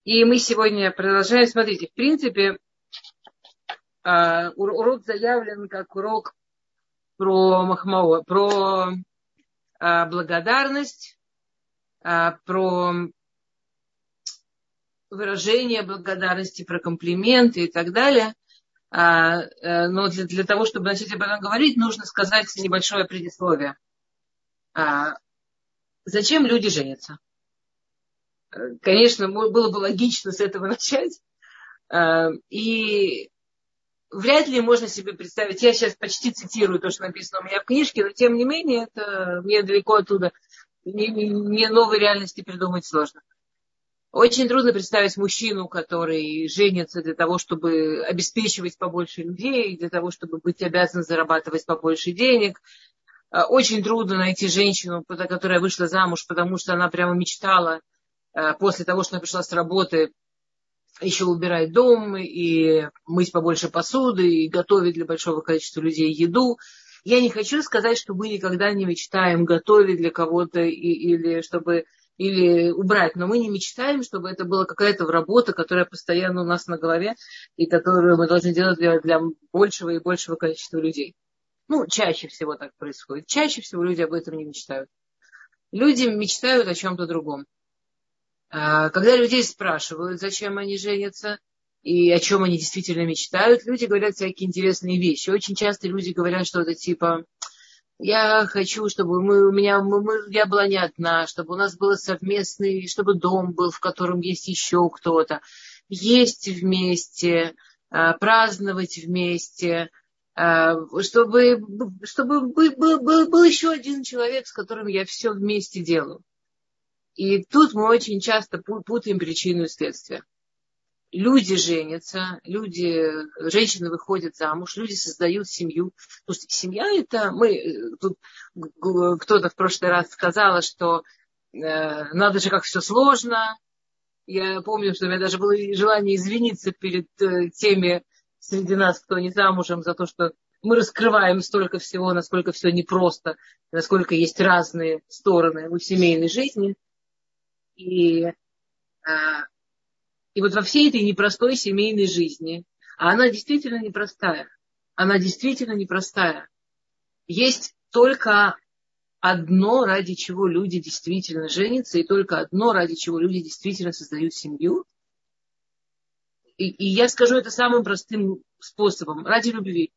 И мы сегодня продолжаем. Смотрите, в принципе, урок заявлен как урок про махмао, про благодарность, про выражение благодарности, про комплименты и так далее. Но для того, чтобы начать об этом говорить, нужно сказать небольшое предисловие. Зачем люди женятся? Конечно, было бы логично с этого начать. И вряд ли можно себе представить, я сейчас почти цитирую то, что написано у меня в книжке, но тем не менее, это мне далеко оттуда, мне новой реальности придумать сложно. Очень трудно представить мужчину, который женится для того, чтобы обеспечивать побольше людей, для того, чтобы быть обязан зарабатывать побольше денег. Очень трудно найти женщину, которая вышла замуж, потому что она прямо мечтала после того, что она пришла с работы, еще убирать дом, и мыть побольше посуды, и готовить для большого количества людей еду. Я не хочу сказать, что мы никогда не мечтаем готовить для кого-то или убрать, но мы не мечтаем, чтобы это была какая-то работа, которая постоянно у нас на голове, и которую мы должны делать для большего и большего количества людей. Чаще всего так происходит. Чаще всего люди об этом не мечтают. Люди мечтают о чем-то другом. Когда людей спрашивают, зачем они женятся и о чем они действительно мечтают, люди говорят всякие интересные вещи. Очень часто люди говорят что-то типа: я хочу, чтобы я была не одна, чтобы у нас был совместный, чтобы дом был, в котором есть еще кто-то, есть вместе, праздновать вместе, чтобы был еще один человек, с которым я все вместе делаю. И тут мы очень часто путаем причину и следствие. Люди женятся, женщины выходят замуж, люди создают семью. Слушайте, семья это тут кто-то в прошлый раз сказал, что надо же, как все сложно. Я помню, что у меня даже было желание извиниться перед теми среди нас, кто не замужем, за то, что мы раскрываем столько всего, насколько все непросто, насколько есть разные стороны у семейной жизни. И вот во всей этой непростой семейной жизни, а она действительно непростая, есть только одно, ради чего люди действительно женятся, и только одно, ради чего люди действительно создают семью. И я скажу это самым простым способом, ради любви.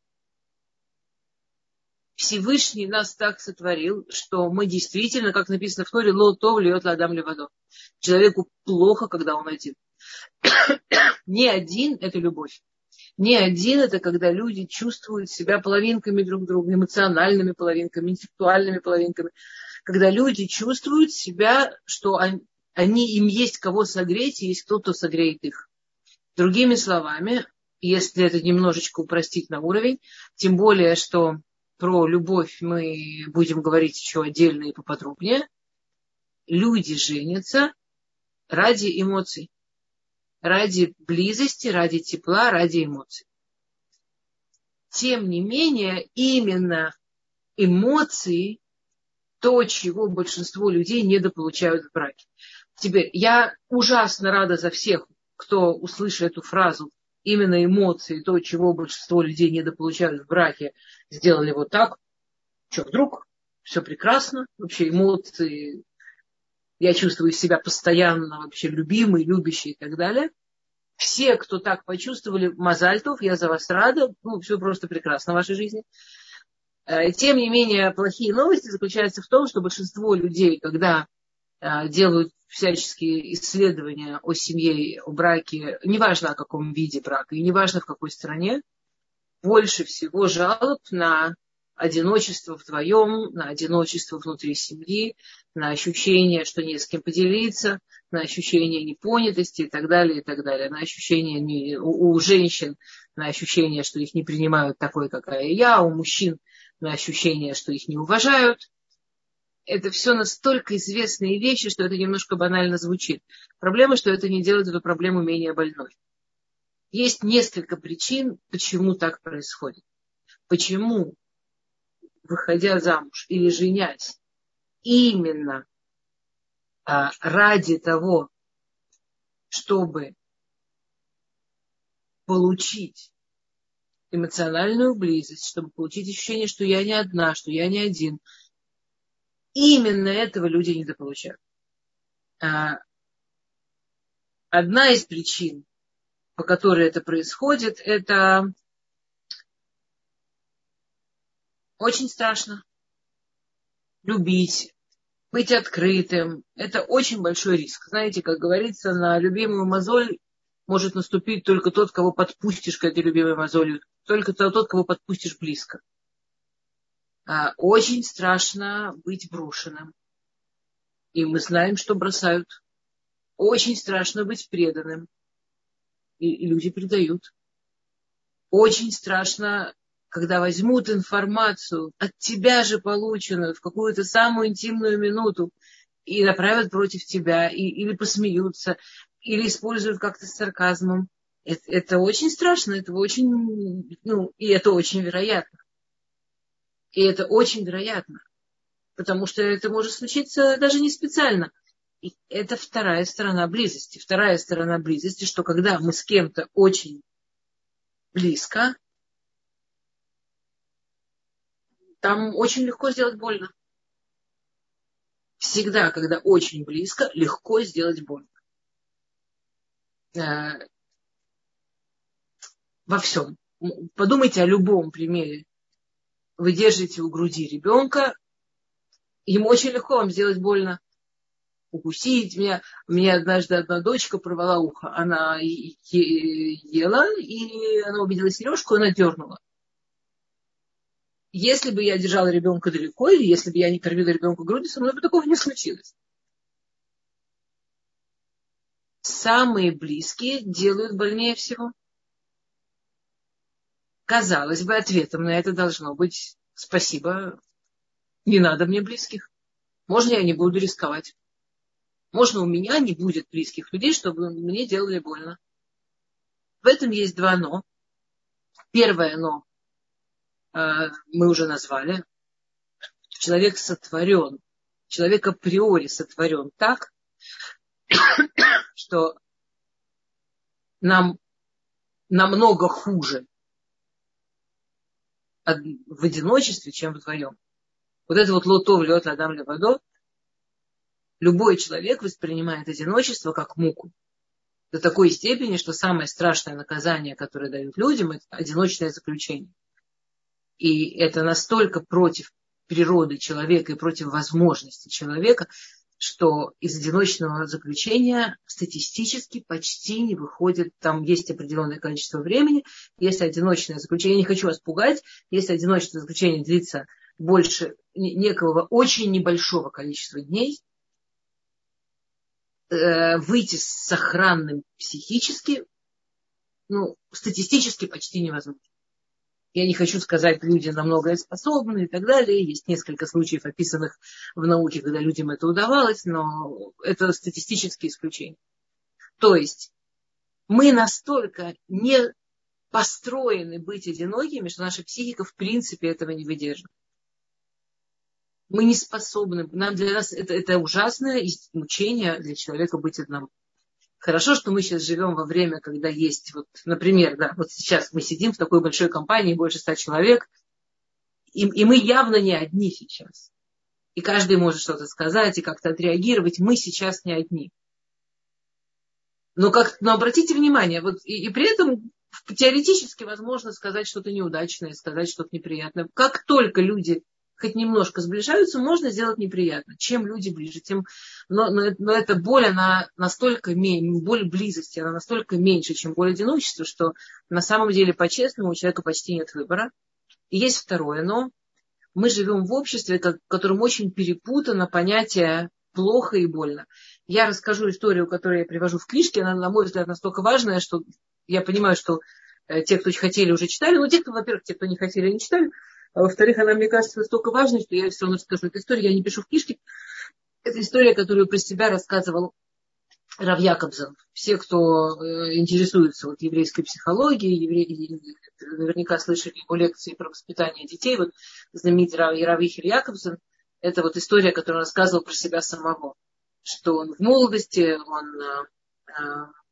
Всевышний нас так сотворил, что мы действительно, как написано в Торе, ло тов льет ладам левадо. Человеку плохо, когда он один. Не один – это любовь. Не один – это когда люди чувствуют себя половинками друг друга, эмоциональными половинками, интеллектуальными половинками. Когда люди чувствуют себя, что им есть кого согреть, и есть кто-то согреет их. Другими словами, если это немножечко упростить на уровень, тем более, что про любовь мы будем говорить еще отдельно и поподробнее, люди женятся ради эмоций. Ради близости, ради тепла, ради эмоций. Тем не менее, именно эмоции то, чего большинство людей недополучают в браке. Теперь, я ужасно рада за всех, кто, услышит эту фразу, именно эмоции, то, чего большинство людей недополучают в браке, сделали вот так. Что, вдруг? Все прекрасно. Вообще эмоции, я чувствую себя постоянно вообще любимой, любящей и так далее. Все, кто так почувствовали, мазаль тов, я за вас рада. Все просто прекрасно в вашей жизни. Тем не менее, плохие новости заключаются в том, что большинство людей, когда делают всяческие исследования о семье, о браке, неважно о каком виде брака и неважно в какой стране, больше всего жалоб на одиночество вдвоем, на одиночество внутри семьи, на ощущение, что не с кем поделиться, на ощущение непонятости и так далее, на ощущение у женщин, на ощущение, что их не принимают такой, какая я, у мужчин на ощущение, что их не уважают. Это все настолько известные вещи, что это немножко банально звучит. Проблема, что это не делает эту проблему менее больной. Есть несколько причин, почему так происходит. Почему, выходя замуж или женясь, именно ради того, чтобы получить эмоциональную близость, чтобы получить ощущение, что я не одна, что я не один. Именно этого люди недополучают. Одна из причин, по которой это происходит, это очень страшно. Любить, быть открытым. Это очень большой риск. Знаете, как говорится, на любимую мозоль может наступить только тот, кого подпустишь к этой любимой мозоли. Только тот, кого подпустишь близко. Очень страшно быть брошенным. И мы знаем, что бросают. Очень страшно быть преданным. И люди предают. Очень страшно, когда возьмут информацию, от тебя же полученную, в какую-то самую интимную минуту, и направят против тебя, или посмеются, или используют как-то с сарказмом. Это очень страшно, это очень, и это очень вероятно. И это очень вероятно, потому что это может случиться даже не специально. И это вторая сторона близости. Вторая сторона близости, что когда мы с кем-то очень близко, там очень легко сделать больно. Всегда, когда очень близко, легко сделать больно. Во всем. Подумайте о любом примере. Вы держите у груди ребенка, ему очень легко вам сделать больно. Укусить меня. Мне однажды одна дочка порвала ухо. Она ела, и она увидела сережку, она дернула. Если бы я держала ребенка далеко, или если бы я не кормила ребенка грудью, со мной бы такого не случилось. Самые близкие делают больнее всего. Казалось бы, ответом на это должно быть спасибо, не надо мне близких. Можно я не буду рисковать? Можно у меня не будет близких людей, чтобы мне делали больно? В этом есть два «но». Первое «но» мы уже назвали. Человек сотворен, человек априори сотворен так, что нам намного хуже в одиночестве, чем вдвоем. Вот это вот лотов льет адам левадо. Любой человек воспринимает одиночество как муку. До такой степени, что самое страшное наказание, которое дают людям, это одиночное заключение. И это настолько против природы человека и против возможностей человека, что из одиночного заключения статистически почти не выходит. Там есть определенное количество времени. Если одиночное заключение, я не хочу вас пугать, если одиночное заключение длится больше некого очень небольшого количества дней, выйти с сохранным психически, статистически почти невозможно. Я не хочу сказать, люди на многое способны и так далее. Есть несколько случаев, описанных в науке, когда людям это удавалось, но это статистические исключения. То есть мы настолько не построены быть одинокими, что наша психика в принципе этого не выдерживает. Мы не способны. Для нас это ужасное мучение для человека быть одному. Хорошо, что мы сейчас живем во время, когда есть, например, вот сейчас мы сидим в такой большой компании, больше 100 человек, и мы явно не одни сейчас. И каждый может что-то сказать и как-то отреагировать. Мы сейчас не одни. Но обратите внимание, и при этом теоретически возможно сказать что-то неудачное, сказать что-то неприятное. Как только люди хоть немножко сближаются, можно сделать неприятно. Чем люди ближе, тем... Но эта боль, она настолько боль близости, она настолько меньше, чем боль одиночества, что на самом деле, по-честному, у человека почти нет выбора. И есть второе «но». Мы живем в обществе, в котором очень перепутано понятие плохо и больно. Я расскажу историю, которую я привожу в книжке. Она, на мой взгляд, настолько важная, что я понимаю, что те, кто хотели, уже читали. Но те, кто не хотели, не читали. А во-вторых, она, мне кажется, настолько важной, что я все равно расскажу эту историю. Я не пишу в книжке. Это история, которую про себя рассказывал Рав Якобсон. Все, кто интересуется еврейской психологией, наверняка слышали его лекции про воспитание детей. Знаменитый Рав Ихель Якобсон. Это история, которую он рассказывал про себя самого. Что он в молодости, он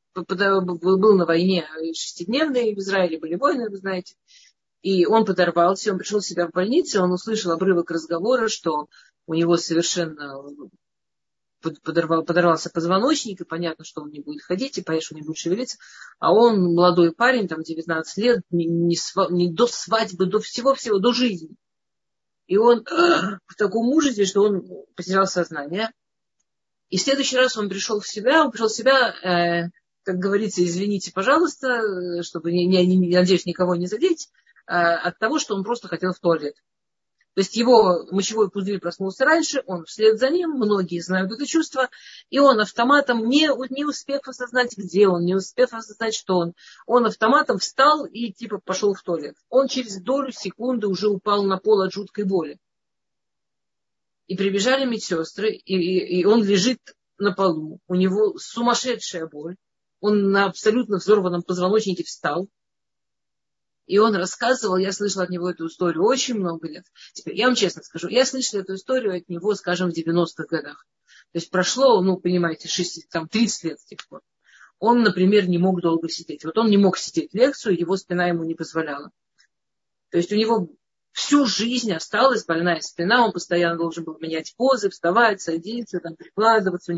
был на войне 6-дневной, в Израиле были войны, вы знаете. И он подорвался, он пришел в себя в больнице, он услышал обрывок разговора, что у него совершенно подорвался позвоночник, и понятно, что он не будет ходить, и понятно, что он не будет шевелиться. А он молодой парень, там 19 лет, не до свадьбы, до всего-всего, до жизни. И он в таком ужасе, что он потерял сознание. И в следующий раз он пришел в себя, как говорится, извините, пожалуйста, чтобы, надеюсь, никого не задеть, от того, что он просто хотел в туалет. То есть его мочевой пузырь проснулся раньше, он вслед за ним, многие знают это чувство, и он автоматом, не успев осознать, где он, не успев осознать, что он автоматом встал и типа пошел в туалет. Он через долю секунды уже упал на пол от жуткой боли. И прибежали медсестры, и он лежит на полу, у него сумасшедшая боль, он на абсолютно взорванном позвоночнике встал. И он рассказывал, я слышала от него эту историю очень много лет. Теперь, я вам честно скажу, я слышала эту историю от него, скажем, в 90-х годах. То есть прошло, понимаете, 30 лет с тех пор. Он, например, не мог долго сидеть. Вот он не мог сидеть лекцию, его спина ему не позволяла. То есть у него всю жизнь осталась больная спина, он постоянно должен был менять позы, вставать, садиться, прикладываться.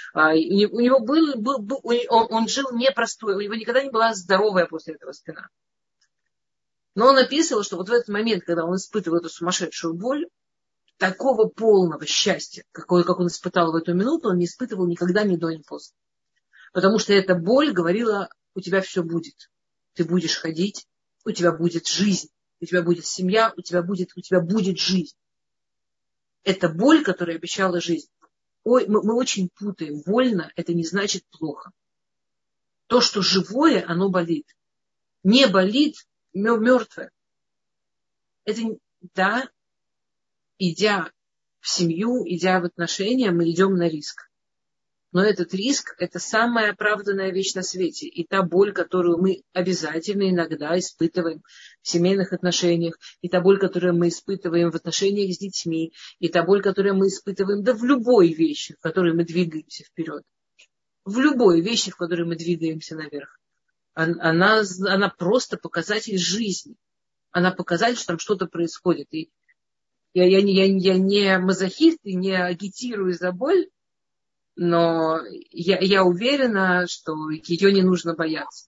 Он жил непростой, у него никогда не была здоровая после этого спина. Но он описывал, что вот в этот момент, когда он испытывал эту сумасшедшую боль, такого полного счастья, как он испытал в эту минуту, он не испытывал никогда ни до, ни после. Потому что эта боль говорила, у тебя все будет. Ты будешь ходить, у тебя будет жизнь, у тебя будет семья, у тебя будет жизнь. Это боль, которая обещала жизнь. Мы очень путаем. Больно, это не значит плохо. То, что живое, оно болит. Не болит мертвое. Это, да, идя в семью, идя в отношения, мы идем на риск. Но этот риск – это самая оправданная вещь на свете. И та боль, которую мы обязательно иногда испытываем в семейных отношениях, и та боль, которую мы испытываем в отношениях с детьми, и та боль, которую мы испытываем в любой вещи, в которой мы двигаемся вперед. В любой вещи, в которой мы двигаемся наверх. Она просто показатель жизни. Она показатель, что там что-то происходит. И я не мазохист и не агитирую за боль, но я уверена, что ее не нужно бояться.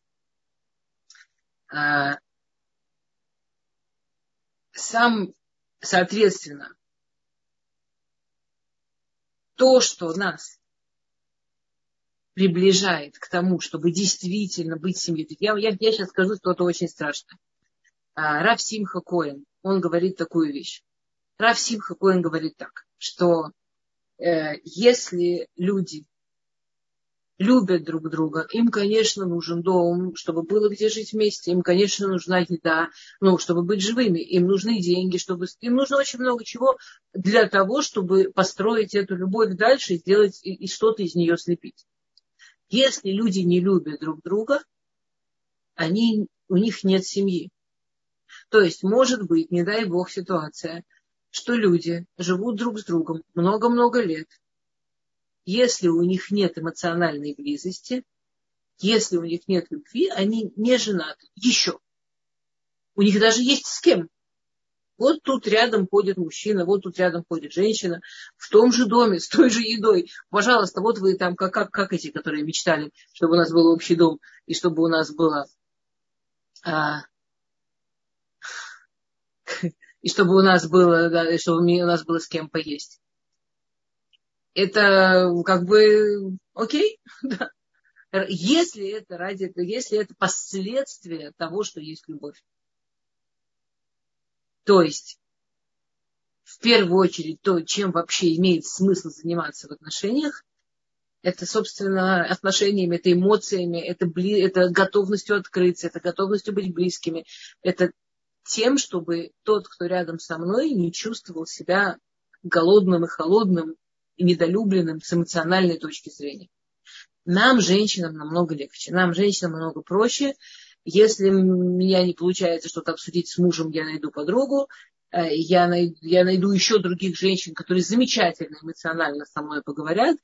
Соответственно, то, что нас приближает к тому, чтобы действительно быть семьей. Я сейчас скажу что-то очень страшное. Рав Симха Коэн, он говорит такую вещь. Рав Симха Коэн говорит так, что если люди любят друг друга, им, конечно, нужен дом, чтобы было где жить вместе, им, конечно, нужна еда, чтобы быть живыми, им нужны деньги, им нужно очень много чего для того, чтобы построить эту любовь дальше и сделать и что-то из нее слепить. Если люди не любят друг друга, у них нет семьи. То есть, может быть, не дай бог, ситуация, что люди живут друг с другом много-много лет. Если у них нет эмоциональной близости, если у них нет любви, они не женаты. Еще. У них даже есть с кем. Вот тут рядом ходит мужчина, вот тут рядом ходит женщина, в том же доме, с той же едой. Пожалуйста, вот вы там, как эти, которые мечтали, чтобы у нас был общий дом, и чтобы у нас было... и чтобы у нас было, да, чтобы у нас было с кем поесть. Это окей, да. Если это последствия того, что есть любовь. То есть, в первую очередь, то, чем вообще имеет смысл заниматься в отношениях, это, собственно, отношениями, это эмоциями, это готовностью открыться, это готовностью быть близкими, это тем, чтобы тот, кто рядом со мной, не чувствовал себя голодным и холодным и недолюбленным с эмоциональной точки зрения. Нам, женщинам, намного легче, нам, женщинам, намного проще. Если у меня не получается что-то обсудить с мужем, я найду подругу, я найду еще других женщин, которые замечательно эмоционально со мной поговорят.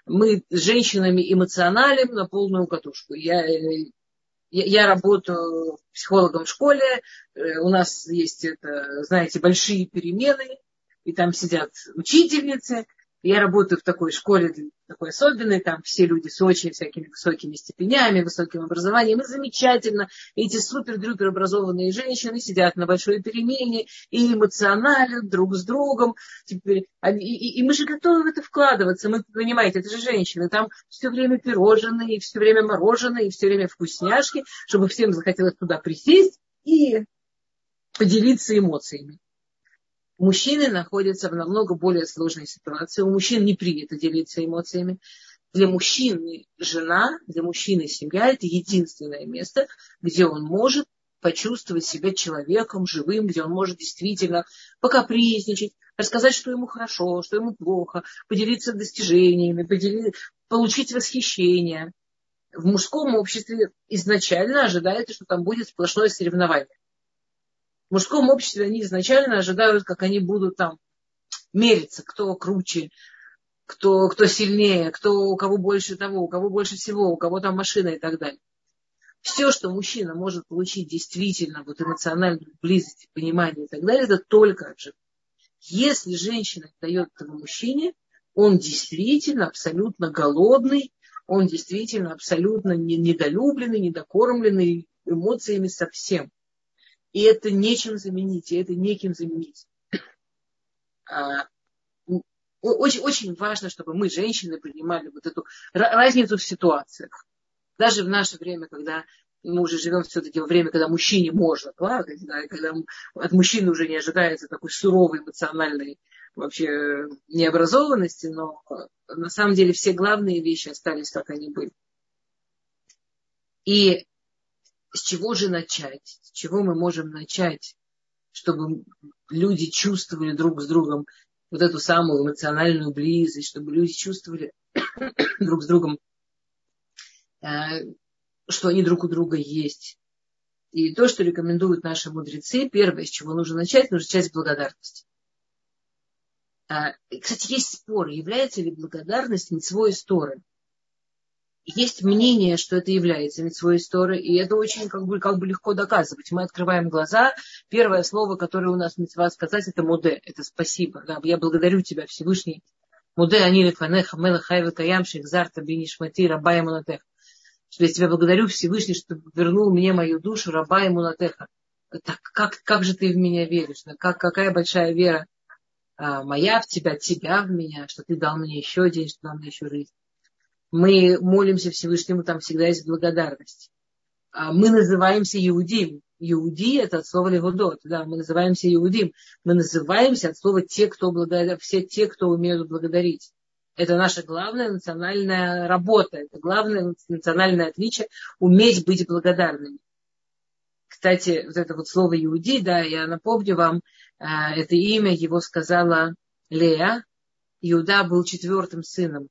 Мы с женщинами эмоционалим на полную катушку. Я работаю психологом в школе, у нас есть, знаете, большие перемены, и там сидят учительницы. Я работаю в такой школе, такой особенной, там все люди с очень всякими высокими степенями, высоким образованием, и замечательно. Эти супер-дрюпер образованные женщины сидят на большой перемене и эмоционалят друг с другом. Теперь, и мы же готовы в это вкладываться. Мы, понимаете, это же женщины. Там все время пирожные, и все время мороженое, и все время вкусняшки, чтобы всем захотелось туда присесть и поделиться эмоциями. Мужчины находятся в намного более сложной ситуации. У мужчин не принято делиться эмоциями. Для мужчины жена, для мужчины семья – это единственное место, где он может почувствовать себя человеком живым, где он может действительно покапризничать, рассказать, что ему хорошо, что ему плохо, поделиться достижениями, получить восхищение. В мужском обществе изначально ожидается, что там будет сплошное соревнование. В мужском обществе они изначально ожидают, как они будут там мериться, кто круче, кто сильнее, у кого больше того, у кого больше всего, у кого там машина и так далее. Все, что мужчина может получить действительно, вот эмоциональную близость, понимание и так далее, это только от жены. Если женщина дает этому мужчине, он действительно абсолютно голодный, он действительно абсолютно недолюбленный, недокормленный эмоциями совсем. И это нечем заменить, и это неким заменить. Очень, очень важно, чтобы мы, женщины, принимали вот эту разницу в ситуациях. Даже в наше время, когда мы уже живем все-таки во время, когда мужчине можно плакать, да, когда от мужчины уже не ожидается такой суровой эмоциональной вообще необразованности, но на самом деле все главные вещи остались, как они были. И с чего же начать? С чего мы можем начать, чтобы люди чувствовали друг с другом вот эту самую эмоциональную близость, чтобы люди чувствовали друг с другом, что они друг у друга есть. И то, что рекомендуют наши мудрецы, первое, с чего нужно начать с благодарности. Кстати, есть споры, является ли благодарность мицвой Торы. Есть мнение, что это является мицвой Торы, и это очень как бы легко доказывать. Мы открываем глаза, первое слово, которое у нас мицва сказать, это муде, это спасибо. Да, я благодарю тебя, Всевышний. Муде ани лефанеха мелех хай векаям шехзарта бини шмати раба эмунатеха. Что я тебя благодарю, Всевышний, что вернул мне мою душу, раба эмунатеха. Так, как же ты в меня веришь? Какая большая вера моя в тебя в меня, что ты дал мне еще день, что дал мне еще жизнь. Мы молимся Всевышнему, там всегда есть благодарность. Мы называемся Иудим. Иуди – это от слова легудот. Да, мы называемся Иудим. Мы называемся от слова те, кто все те, кто умеют благодарить. Это наша главная национальная работа. Это главное национальное отличие – уметь быть благодарными. Кстати, вот это вот слово Иуди, да, я напомню вам, это имя его сказала Лея. Иуда был 4-м сыном.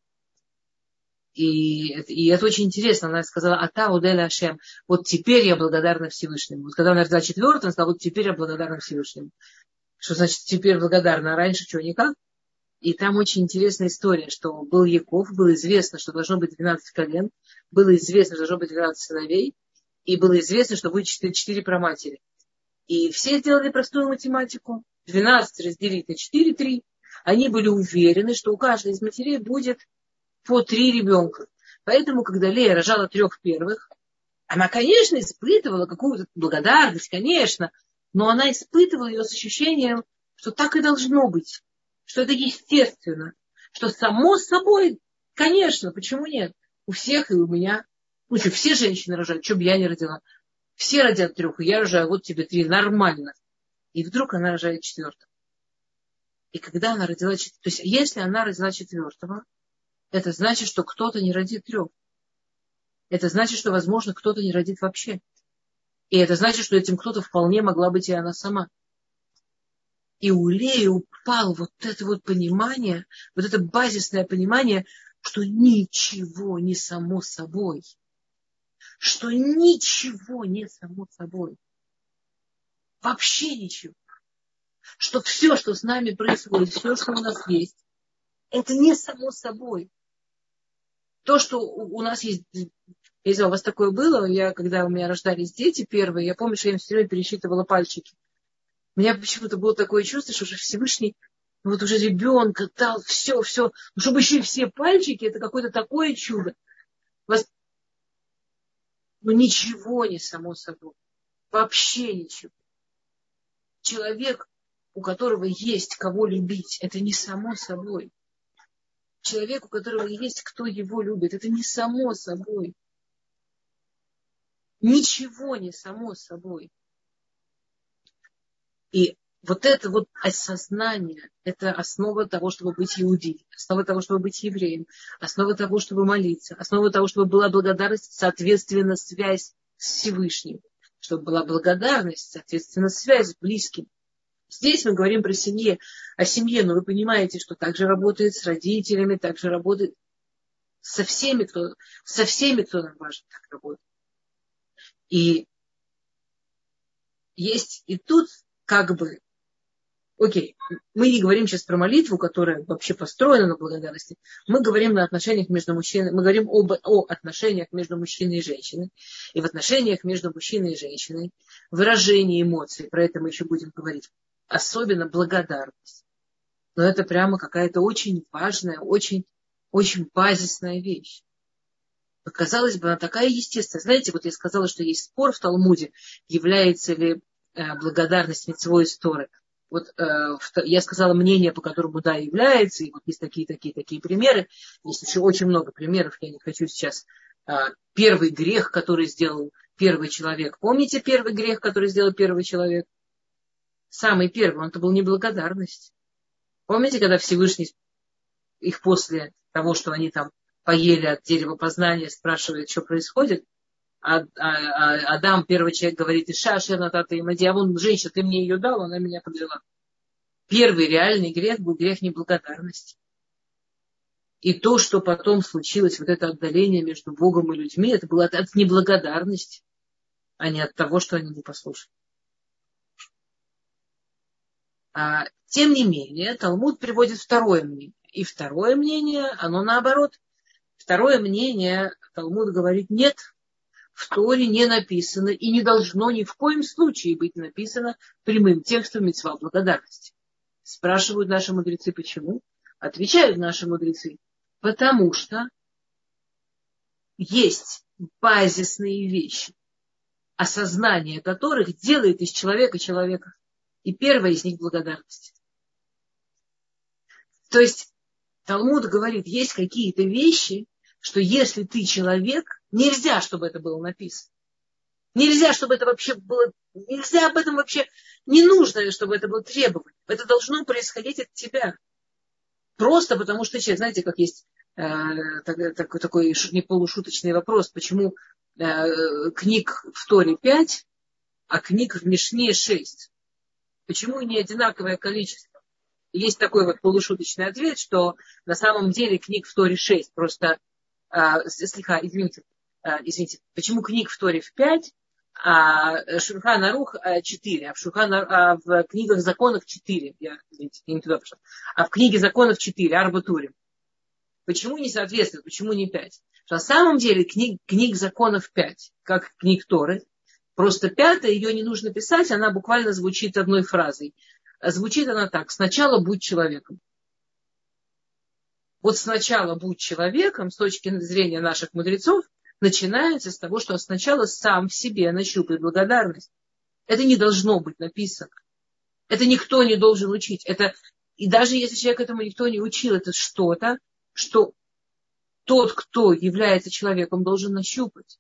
И это очень интересно. Она сказала, ата уделя Ашем. Вот теперь я благодарна Всевышнему. Вот когда она родила 4-м, она сказала, вот теперь я благодарна Всевышнему. Что значит теперь благодарна? А раньше что, никак? И там очень интересная история, что был Яков, было известно, что должно быть 12 колен, было известно, что должно быть 12 сыновей, и было известно, что будет 4 праматери. И все сделали простую математику. 12 разделить на 4, 3. Они были уверены, что у каждой из матерей будет по 3 ребенка. Поэтому, когда Лея рожала 3 первых, она, конечно, испытывала какую-то благодарность, конечно, но она испытывала ее с ощущением, что так и должно быть, что это естественно, что само собой, конечно, почему нет? У всех и у меня. Ну что, все женщины рожают, что бы я не родила. Все родят 3, и я рожаю, вот тебе 3, нормально. И вдруг она рожает 4. И когда она родила 4, то есть если она родила 4, это значит, что кто-то не родит 3. Это значит, что, возможно, кто-то не родит вообще. И это значит, что этим кто-то вполне могла быть и она сама. И у Леи упало вот это вот понимание, вот это базисное понимание, что ничего не само собой. Что ничего не само собой. Вообще ничего. Что все, что с нами происходит, все, что у нас есть, это не само собой. То, что у нас есть, я не знаю, у вас такое было, когда у меня рождались дети первые, я помню, что я им все время пересчитывала пальчики. У меня почему-то было такое чувство, что уже Всевышний, вот уже ребенка дал все, чтобы еще и все пальчики, это какое-то такое чудо. Ну, ничего не само собой. Вообще ничего. Человек, у которого есть кого любить, это не само собой. Человек, у которого есть кто его любит, это не само собой. Ничего не само собой. И вот это вот осознание, это основа того, чтобы быть иудеем, основа того, чтобы быть евреем, основа того, чтобы молиться, основа того, чтобы была благодарность, соответственно, связь с Всевышним, чтобы была благодарность, соответственно, связь с близким. Здесь мы говорим про семью, о семье, но вы понимаете, что так же работает с родителями, так же работает со всеми, кто нам важен, так работает. И есть и тут как бы, окей, мы не говорим сейчас про молитву, которая вообще построена на благодарности. Мы говорим о отношениях между мужчиной, мы говорим о отношениях между мужчиной и женщиной. И в отношениях между мужчиной и женщиной выражение эмоций, про это мы еще будем говорить, особенно благодарность. Но это прямо какая-то очень важная, очень, очень базисная вещь. Казалось бы, она такая естественная. Знаете, вот я сказала, что есть спор в Талмуде, является ли благодарность мицвой из Торы. Вот я сказала мнение, по которому да, является, и вот есть такие примеры. Есть еще очень много примеров, я не хочу сейчас. Первый грех, который сделал первый человек. Помните первый грех, который сделал первый человек? Самый первый, он-то был неблагодарность. Помните, когда Всевышний их после того, что они там поели от дерева познания, спрашивает, что происходит, Адам, первый человек, говорит: Иша, шернатата имади, а вон женщина, ты мне ее дал, она меня подвела. Первый реальный грех был грех неблагодарности. И то, что потом случилось, вот это отдаление между Богом и людьми, это было от неблагодарности, а не от того, что они не послушали. Тем не менее, Талмуд приводит второе мнение. И второе мнение, оно наоборот. Второе мнение, Талмуд говорит: нет, в Торе не написано и не должно ни в коем случае быть написано прямым текстом мицва благодарности. Спрашивают наши мудрецы, почему? Отвечают наши мудрецы: потому что есть базисные вещи, осознание которых делает из человека человека. И первое из них — благодарность. То есть Талмуд говорит, есть какие-то вещи, что если ты человек, нельзя, чтобы это было написано. Нельзя, чтобы это вообще было, нельзя об этом вообще, не нужно, чтобы это было требование. Это должно происходить от тебя. Просто потому что человек, знаете, как есть такой не полушуточный вопрос, почему книг в Торе 5, а книг в Мишне 6. Почему не одинаковое количество? Есть такой вот полушуточный ответ, что на самом деле книг в Торе 6. Просто, извините, почему книг в Торе в 5, а Шульхан Арух 4, а в книгах законов 4. Я не туда пошла. А в книге законов 4, Арба Турим. Почему не соответствует, почему не 5? Что на самом деле книг законов 5, как книг Торы. Просто 5 ее не нужно писать, она буквально звучит одной фразой. Звучит она так: сначала будь человеком. Вот сначала будь человеком, с точки зрения наших мудрецов, начинается с того, что сначала сам в себе нащупай благодарность. Это не должно быть написано. Это никто не должен учить. И даже если человек этому никто не учил, это что-то, что тот, кто является человеком, должен нащупать.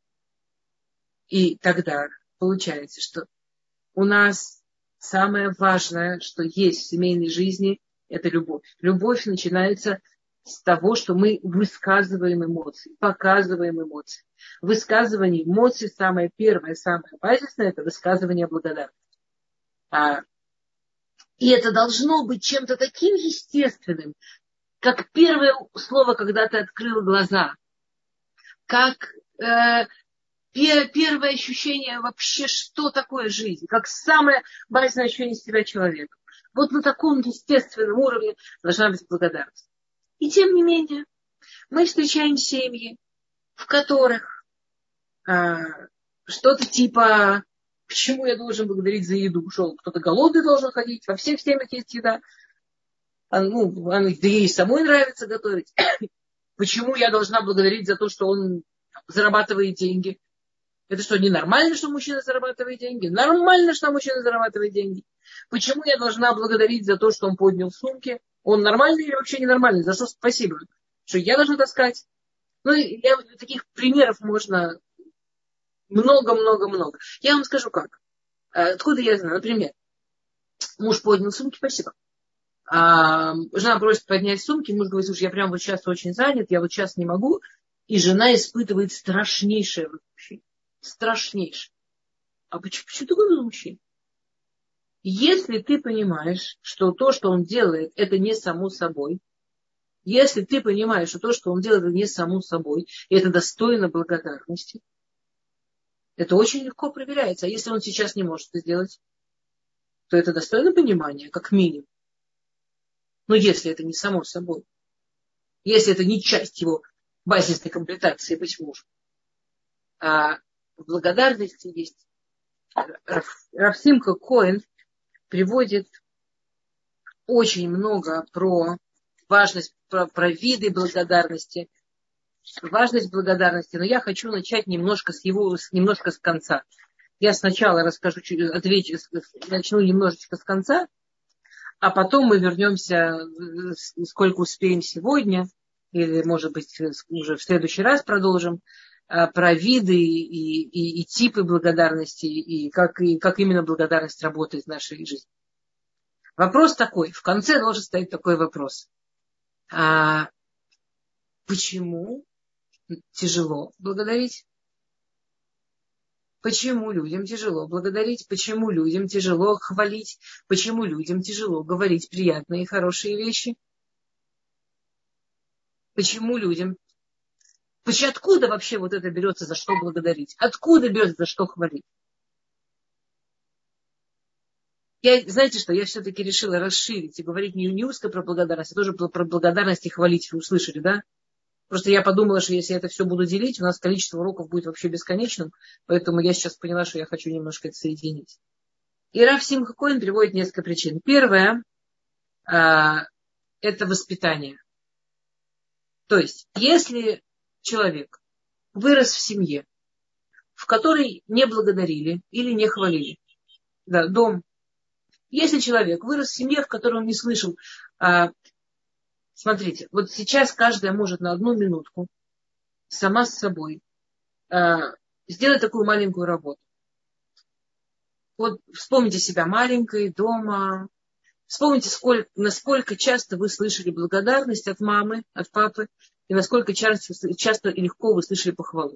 И тогда получается, что у нас самое важное, что есть в семейной жизни, это любовь. Любовь начинается с того, что мы высказываем эмоции, показываем эмоции. Высказывание эмоций самое первое, самое базисное — это высказывание благодарности. И это должно быть чем-то таким естественным, как первое слово, когда ты открыл глаза, как первое ощущение вообще, что такое жизнь, как самое базисное ощущение себя человека. Вот на таком естественном уровне должна быть благодарность. И тем не менее, Мы встречаем семьи, в которых что-то типа, почему я должен благодарить за еду? Что кто-то голодный должен ходить, во всех семьях есть еда. Да ей самой нравится готовить. Почему я должна благодарить за то, что он зарабатывает деньги? Это что, ненормально, что мужчина зарабатывает деньги? Нормально, что мужчина зарабатывает деньги. Почему я должна благодарить за то, что он поднял сумки? Он нормальный или вообще ненормальный? За что спасибо? Что я должна таскать? Таких примеров можно много-много-много. Я вам скажу как. Откуда я знаю? Например, муж поднял сумки, спасибо. Жена просит поднять сумки, муж говорит, слушай, я прям вот сейчас очень занят, я вот сейчас не могу. И жена испытывает страшнейшее возмущение. Страшнейшее. А почему такое возмущение? Если ты понимаешь, что то, что он делает, это не само собой, если ты понимаешь, что то, что он делает, это не само собой, и это достойно благодарности, это очень легко проверяется. А если он сейчас не может это сделать, то это достойно понимания, как минимум. Но если это не само собой, если это не часть его базисной комплектации быть мужем, а в благодарности есть. Рав Симха Коэн приводит очень много про важность, про виды благодарности, важность благодарности, но я хочу начать немножко с конца. Я сначала начну немножечко с конца, а потом мы вернемся, сколько успеем сегодня, или, может быть, уже в следующий раз продолжим, про виды и типы благодарности, и как именно благодарность работает в нашей жизни. Вопрос такой, в конце должен стоять такой вопрос. Почему тяжело благодарить? Почему людям тяжело благодарить? Почему людям тяжело хвалить? Почему людям тяжело говорить приятные и хорошие вещи? Почему людям... Откуда вообще вот это берется, за что благодарить? Откуда берется, за что хвалить? Знаете что, я все-таки решила расширить и говорить не узко про благодарность, а тоже про благодарность и хвалить. Вы услышали, да? Просто я подумала, что если я это все буду делить, у нас количество уроков будет вообще бесконечным. Поэтому я сейчас поняла, что я хочу немножко это соединить. И Рав Симха Коэн приводит несколько причин. Первое – это воспитание. То есть, если человек вырос в семье, в которой не благодарили или не хвалили, да, дом. Если человек вырос в семье, в которой он не слышал, смотрите, вот сейчас каждая может на одну минутку сама с собой сделать такую маленькую работу. Вот вспомните себя маленькой, дома. Вспомните, насколько часто вы слышали благодарность от мамы, от папы, и насколько часто и легко вы слышали похвалу.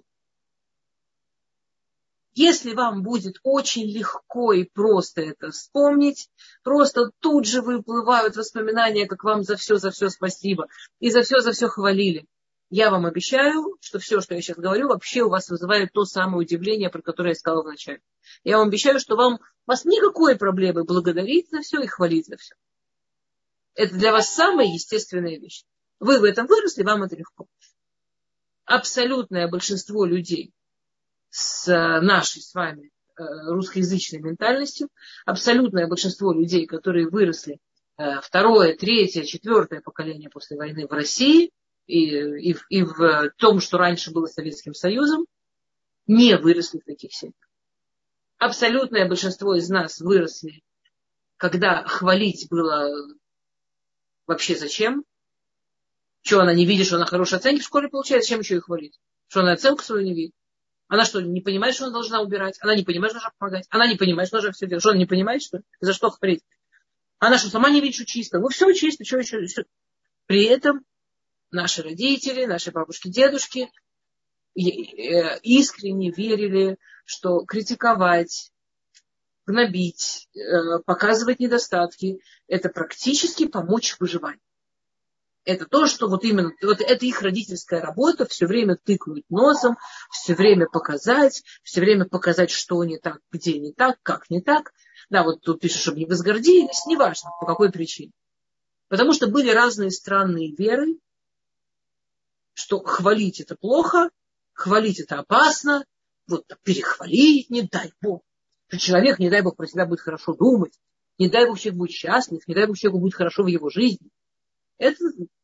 Если вам будет очень легко и просто это вспомнить, просто тут же выплывают воспоминания, как вам за все спасибо, и за все хвалили. Я вам обещаю, что все, что я сейчас говорю, вообще у вас вызывает то самое удивление, про которое я сказала вначале. Я вам обещаю, что у вас никакой проблемы благодарить за все и хвалить за все. Это для вас самая естественная вещь. Вы в этом выросли, вам это легко. Абсолютное большинство людей с нашей с вами русскоязычной ментальностью, абсолютное большинство людей, которые выросли второе, третье, четвертое поколение после войны в России и в том, что раньше было Советским Союзом, не выросли в таких семьях. Абсолютное большинство из нас выросли, когда хвалить было вообще зачем? Что, она не видит, что она хорошие оценки в школе получает? Зачем еще ее хвалить? Что она оценку свою не видит? Она что, не понимает, что она должна убирать? Она не понимает, что должна помогать? Она не понимает, что должна все делать? Что, она не понимает, что? За что хвалить? Она что, сама не видит, что чисто? Ну, все чисто, что еще? Все. При этом наши родители, наши бабушки, дедушки искренне верили, что критиковать, гнобить, показывать недостатки – это практически помочь в выживании. Это то, что вот именно, вот это их родительская работа, все время тыкнуть носом, все время показать, что не так, где не так, как не так. Да, вот тут пишут, чтобы не возгордились, неважно, по какой причине. Потому что были разные странные веры, что хвалить это плохо, хвалить это опасно, вот перехвалить, не дай Бог. Что человек, не дай Бог, про себя будет хорошо думать, не дай Бог, человек будет счастлив, не дай Бог, человеку будет хорошо в его жизни. Это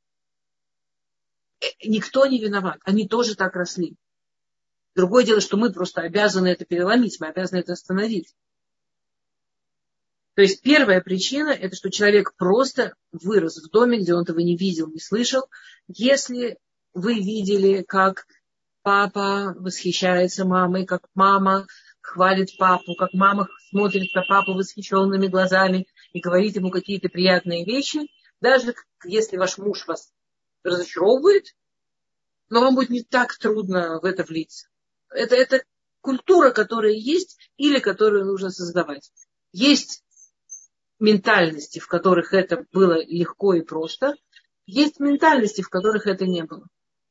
никто не виноват. Они тоже так росли. Другое дело, что мы просто обязаны это переломить, мы обязаны это остановить. То есть первая причина, это что человек просто вырос в доме, где он этого не видел, не слышал. Если вы видели, как папа восхищается мамой, как мама хвалит папу, как мама смотрит на папу восхищенными глазами и говорит ему какие-то приятные вещи, даже если ваш муж вас разочаровывает, но вам будет не так трудно в это влиться. Это культура, которая есть или которую нужно создавать. Есть ментальности, в которых это было легко и просто. Есть ментальности, в которых это не было.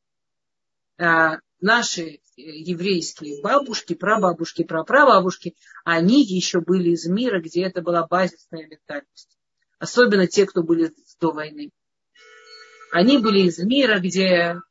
Наши еврейские бабушки, прабабушки, прапрабабушки, они еще были из мира, где это была базисная ментальность. Особенно те, кто были до войны. Они были из мира, где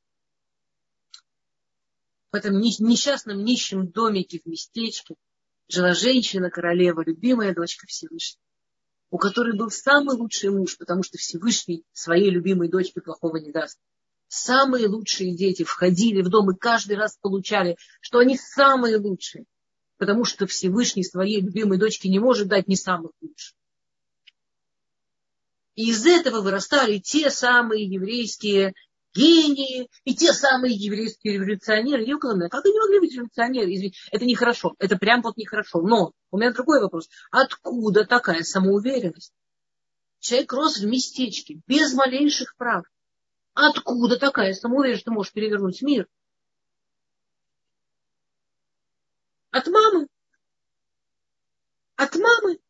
в этом несчастном нищем домике в местечке жила женщина-королева, любимая дочка Всевышнего, у которой был самый лучший муж, потому что Всевышний своей любимой дочке плохого не даст. Самые лучшие дети входили в дом и каждый раз получали, что они самые лучшие, потому что Всевышний своей любимой дочке не может дать не самых лучших. И из этого вырастали те самые еврейские гении и те самые еврейские революционеры. И около меня, как они могли быть революционеры? Извините, это нехорошо, это прям вот нехорошо. Но у меня другой вопрос. Откуда такая самоуверенность? Человек рос в местечке, без малейших прав. Откуда такая самоуверенность, что ты можешь перевернуть мир? От мамы. От мамы.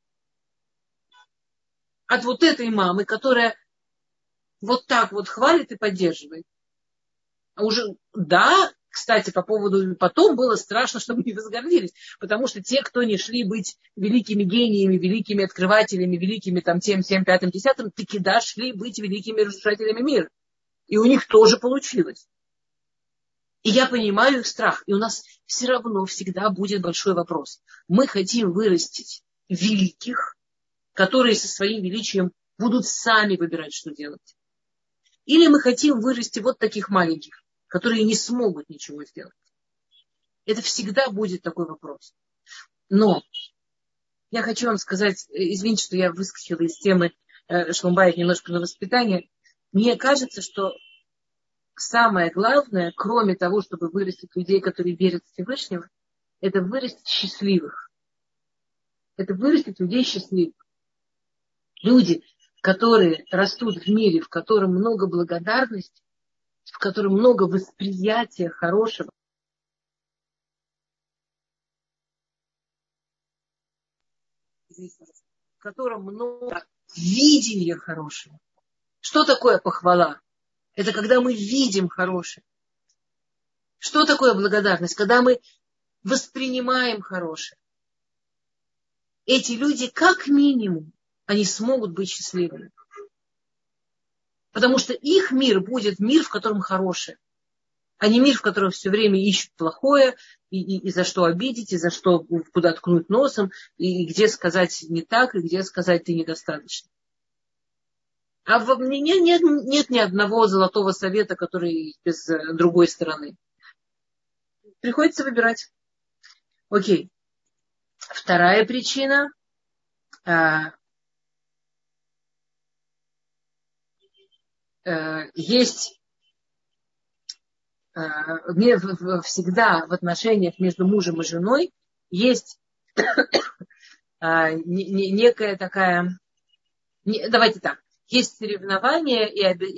От вот этой мамы, которая вот так вот хвалит и поддерживает. А уже, да, кстати, по поводу, потом было страшно, чтобы не возгордились, потому что те, кто не шли быть великими гениями, великими открывателями, великими там тем, 5, 10, таки да, шли быть великими разрушателями мира. И у них тоже получилось. И я понимаю их страх. И у нас все равно всегда будет большой вопрос. Мы хотим вырастить великих, которые со своим величием будут сами выбирать, что делать. Или мы хотим вырасти вот таких маленьких, которые не смогут ничего сделать. Это всегда будет такой вопрос. Но я хочу вам сказать, извините, что я выскочила из темы Шломбайт немножко на воспитание. Мне кажется, что самое главное, кроме того, чтобы вырастить людей, которые верят в Всевышнего, это вырастить счастливых. Это вырастить людей счастливых. Люди, которые растут в мире, в котором много благодарности, в котором много восприятия хорошего, в котором много видения хорошего. Что такое похвала? Это когда мы видим хорошее. Что такое благодарность? Когда мы воспринимаем хорошее. Эти люди, как минимум, они смогут быть счастливыми. Потому что их мир будет мир, в котором хорошее. А не мир, в котором все время ищут плохое, и за что обидеть, и за что куда ткнуть носом, и где сказать не так, и где сказать ты недостаточно. А в мне нет ни одного золотого совета, который без другой стороны. Приходится выбирать. Окей. Вторая причина. Есть всегда в отношениях между мужем и женой есть некая такая... Давайте так. Есть соревнования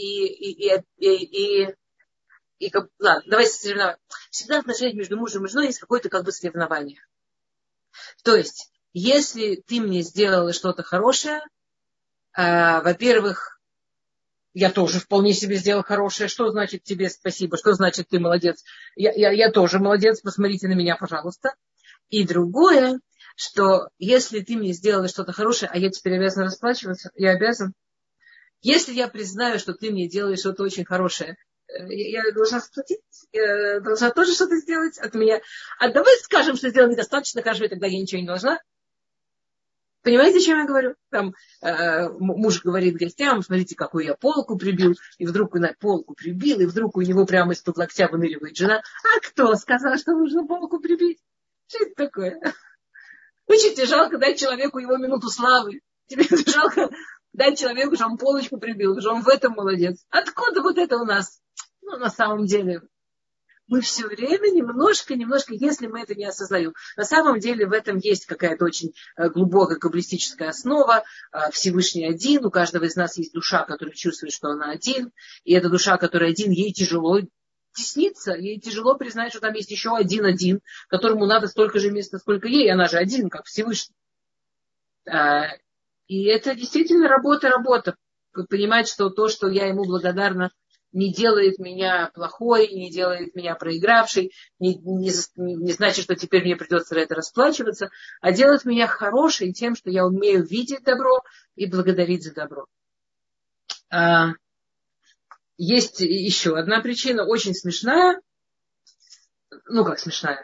ладно, давайте соревнования. Всегда в отношениях между мужем и женой есть какое-то как бы соревнование. То есть, если ты мне сделала что-то хорошее, во-первых, я тоже вполне себе сделал хорошее. Что значит тебе спасибо? Что значит ты молодец? Я тоже молодец. Посмотрите на меня, пожалуйста. И другое, что если ты мне сделала что-то хорошее, а я теперь обязана расплачиваться, я обязан. Если я признаю, что ты мне делаешь что-то очень хорошее, Я должна сплатить, я должна тоже что-то сделать от меня. А давай скажем, что сделано недостаточно, хорошо, и тогда я ничего не должна. Понимаете, о чем я говорю? Там муж говорит гостям, смотрите, какую я полку прибил, и вдруг он полку прибил, и вдруг у него прямо из-под локтя выныривает жена. А кто сказал, что нужно полку прибить? Что это такое? Очень тебе жалко дать человеку его минуту славы. Тебе жалко дать человеку, что он полочку прибил, что он в этом молодец. Откуда вот это у нас? Ну, на самом деле, мы все время немножко, если мы это не осознаем. На самом деле в этом есть какая-то очень глубокая каббалистическая основа. Всевышний один, у каждого из нас есть душа, которая чувствует, что она один. И эта душа, которая один, ей тяжело тесниться, ей тяжело признать, что там есть еще один, которому надо столько же места, сколько ей. Она же один, как Всевышний. И это действительно работа. Понимать, что то, что я ему благодарна, не делает меня плохой, не делает меня проигравшей, не значит, что теперь мне придется за это расплачиваться, а делает меня хорошей тем, что я умею видеть добро и благодарить за добро. Есть еще одна причина, очень смешная. Ну, как смешная?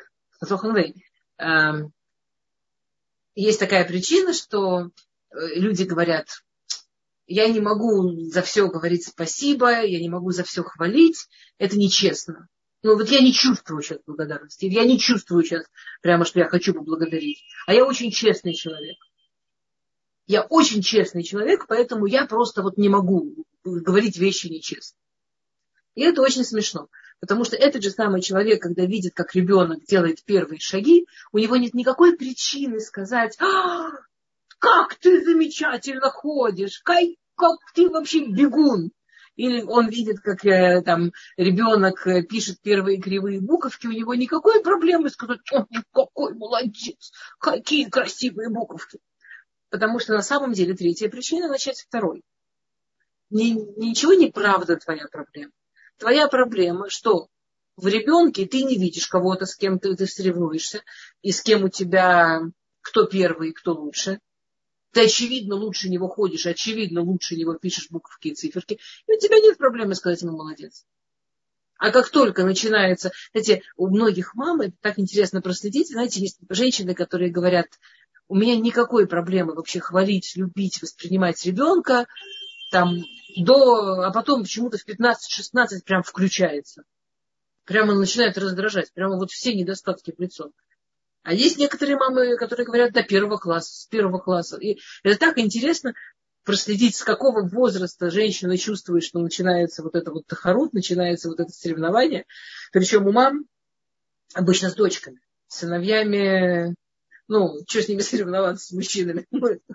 Есть такая причина, что люди говорят, я не могу за все говорить спасибо, я не могу за все хвалить, это нечестно. Ну вот я не чувствую сейчас благодарности, я не чувствую сейчас прямо, что я хочу поблагодарить. А я очень честный человек. Я очень честный человек, поэтому я просто вот не могу говорить вещи нечестно. И это очень смешно. Потому что этот же самый человек, когда видит, как ребенок делает первые шаги, у него нет никакой причины сказать, как ты замечательно ходишь, как ты вообще бегун. Или он видит, как там ребенок пишет первые кривые буковки, у него никакой проблемы сказать, какой молодец, какие красивые буковки. Потому что на самом деле третья причина начать с второй. Ничего не правда твоя проблема. Твоя проблема, что в ребенке ты не видишь кого-то, с кем ты соревнуешься, и с кем у тебя кто первый, кто лучше. Ты, очевидно, лучше него ходишь, очевидно, лучше него пишешь буковки и циферки, и у тебя нет проблемы сказать ему молодец. А как только начинается, знаете, у многих мам, так интересно проследить, знаете, есть женщины, которые говорят, у меня никакой проблемы вообще хвалить, любить, воспринимать ребенка, там, а потом почему-то в 15-16 прям включается. Прямо начинает раздражать, прямо вот все недостатки в лицо. А есть некоторые мамы, которые говорят до первого класса, с первого класса. И это так интересно проследить, с какого возраста женщина чувствует, что начинается вот это вот тахарут, начинается вот это соревнование. Причем у мам обычно с дочками, с сыновьями, ну, что с ними соревноваться, с мужчинами.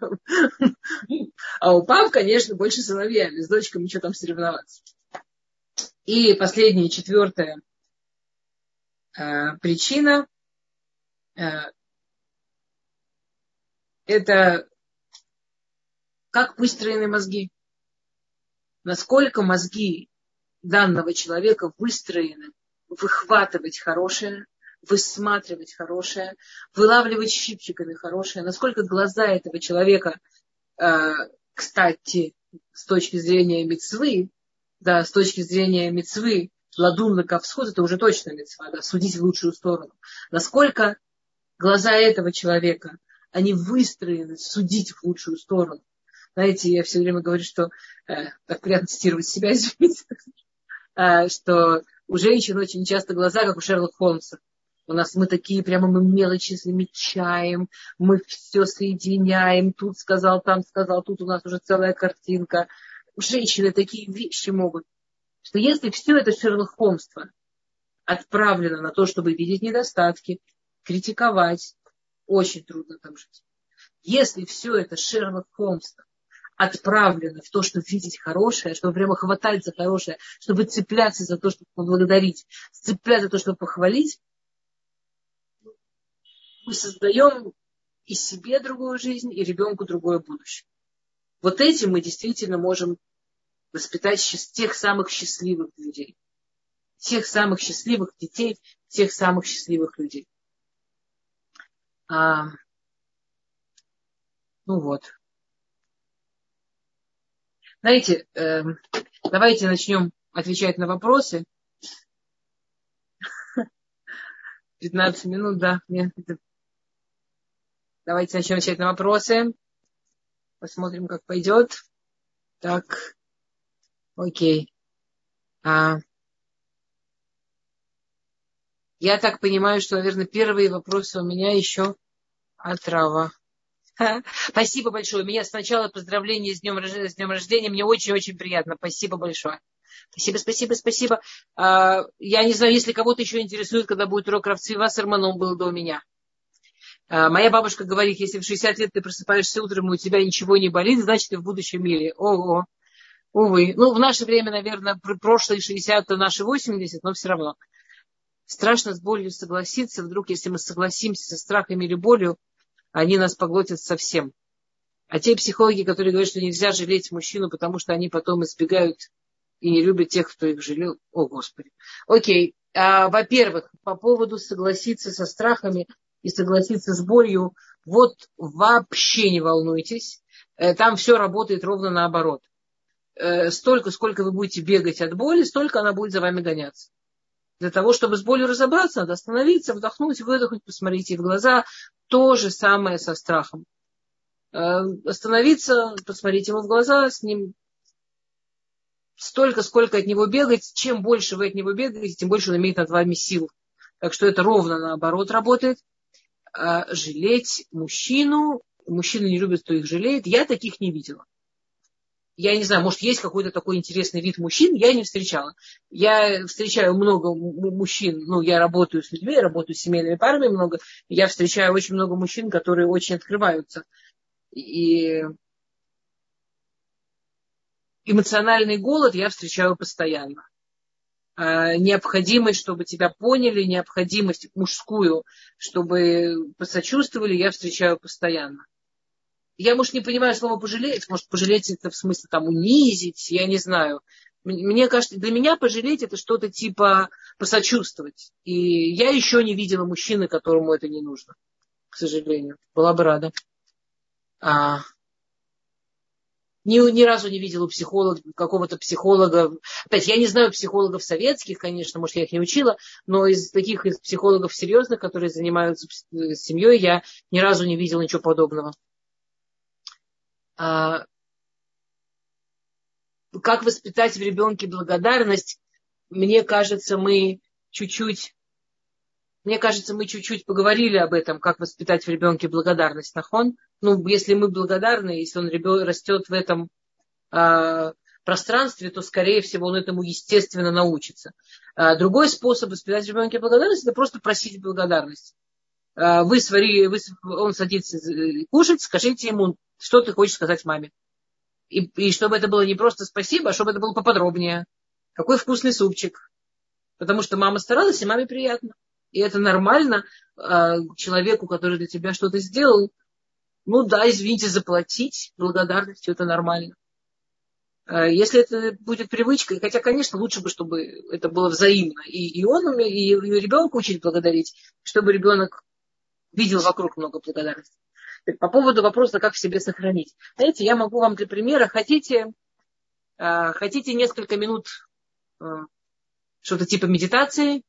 А у пап, конечно, больше с сыновьями, с дочками что там соревноваться. И последняя, четвертая причина – это как выстроены мозги. Насколько мозги данного человека выстроены выхватывать хорошее, высматривать хорошее, вылавливать щипчиками хорошее. Насколько глаза этого человека, кстати, с точки зрения мицвы, да, с точки зрения мицвы, ладун лакавсхуд, это уже точно мицва, да, судить в лучшую сторону. Насколько глаза этого человека, они выстроены судить в лучшую сторону. Знаете, я все время говорю, что, так приятно цитировать себя, извините, что у женщин очень часто глаза, как у Шерлока Холмса. У нас мы такие, прямо мы мелочи замечаем, мы все соединяем, тут сказал, тут у нас уже целая картинка. Женщины такие вещи могут, что если все это шерлокхолмство отправлено на то, чтобы видеть недостатки, критиковать, очень трудно там жить. Если все это Шерлок Холмс отправлено в то, чтобы видеть хорошее, чтобы прямо хватать за хорошее, чтобы цепляться за то, чтобы поблагодарить, цепляться за то, чтобы похвалить, мы создаем и себе другую жизнь, и ребенку другое будущее. Вот этим мы действительно можем воспитать тех самых счастливых людей, тех самых счастливых детей, тех самых счастливых людей. Ну вот. Знаете, давайте начнем отвечать на вопросы. 15 минут, да. Давайте начнем отвечать на вопросы. Посмотрим, как пойдет. Так, окей. Я так понимаю, что, наверное, первые вопросы у меня еще от Рава. Спасибо большое. У меня сначала поздравления с днем рождения. Мне очень-очень приятно. Спасибо большое. Спасибо. Я не знаю, если кого-то еще интересует, когда будет урок Рав Цви Вассермана, он был до меня. Моя бабушка говорит, если в 60 лет ты просыпаешься утром, и у тебя ничего не болит, значит, ты в будущем мире. Ого. Увы. Ну, в наше время, наверное, прошлые 60, то наши 80, но все равно. Страшно с болью согласиться. Вдруг, если мы согласимся со страхами или болью, они нас поглотят совсем. А те психологи, которые говорят, что нельзя жалеть мужчину, потому что они потом избегают и не любят тех, кто их жалел. О, Господи. Окей. Во-первых, по поводу согласиться со страхами и согласиться с болью, вот вообще не волнуйтесь. Там все работает ровно наоборот. Столько, сколько вы будете бегать от боли, столько она будет за вами гоняться. Для того, чтобы с болью разобраться, надо остановиться, вдохнуть, выдохнуть, посмотреть ей в глаза. То же самое со страхом. Остановиться, посмотреть ему в глаза, с ним столько, сколько от него бегать. Чем больше вы от него бегаете, тем больше он имеет над вами сил. Так что это ровно наоборот работает. Жалеть мужчину. Мужчины не любят, кто их жалеет. Я таких не видела. Я не знаю, может, есть какой-то такой интересный вид мужчин, я не встречала. Я встречаю много мужчин, я работаю с людьми, работаю с семейными парами много, я встречаю очень много мужчин, которые очень открываются. И эмоциональный голод я встречаю постоянно. Необходимость, чтобы тебя поняли, необходимость мужскую, чтобы посочувствовали, я встречаю постоянно. Я, может, не понимаю слово пожалеть. Может, пожалеть это в смысле там унизить, я не знаю. Мне кажется, для меня пожалеть это что-то типа посочувствовать. И я еще не видела мужчины, которому это не нужно, к сожалению. Была бы рада. Ни разу не видела какого-то психолога. Опять, я не знаю психологов советских, конечно, может, я их не учила, но из психологов серьезных, которые занимаются семьей, я ни разу не видела ничего подобного. Как воспитать в ребенке благодарность? Мне кажется, мы чуть-чуть поговорили об этом, как воспитать в ребенке благодарность. Нахон? Если мы благодарны, если он растет в этом пространстве, то, скорее всего, он этому естественно научится. Другой способ воспитать в ребенке благодарность – это просто просить благодарность. Он садится кушать, скажите ему, что ты хочешь сказать маме. И чтобы это было не просто спасибо, а чтобы это было поподробнее. Какой вкусный супчик. Потому что мама старалась, и маме приятно. И это нормально человеку, который для тебя что-то сделал. Извините, заплатить благодарностью, это нормально. Если это будет привычкой, хотя, конечно, лучше бы, чтобы это было взаимно. И он, и ребенка учить благодарить, чтобы ребенок видел вокруг много благодарности. По поводу вопроса, как в себе сохранить. Знаете, я могу вам для примера, хотите несколько минут что-то типа медитации?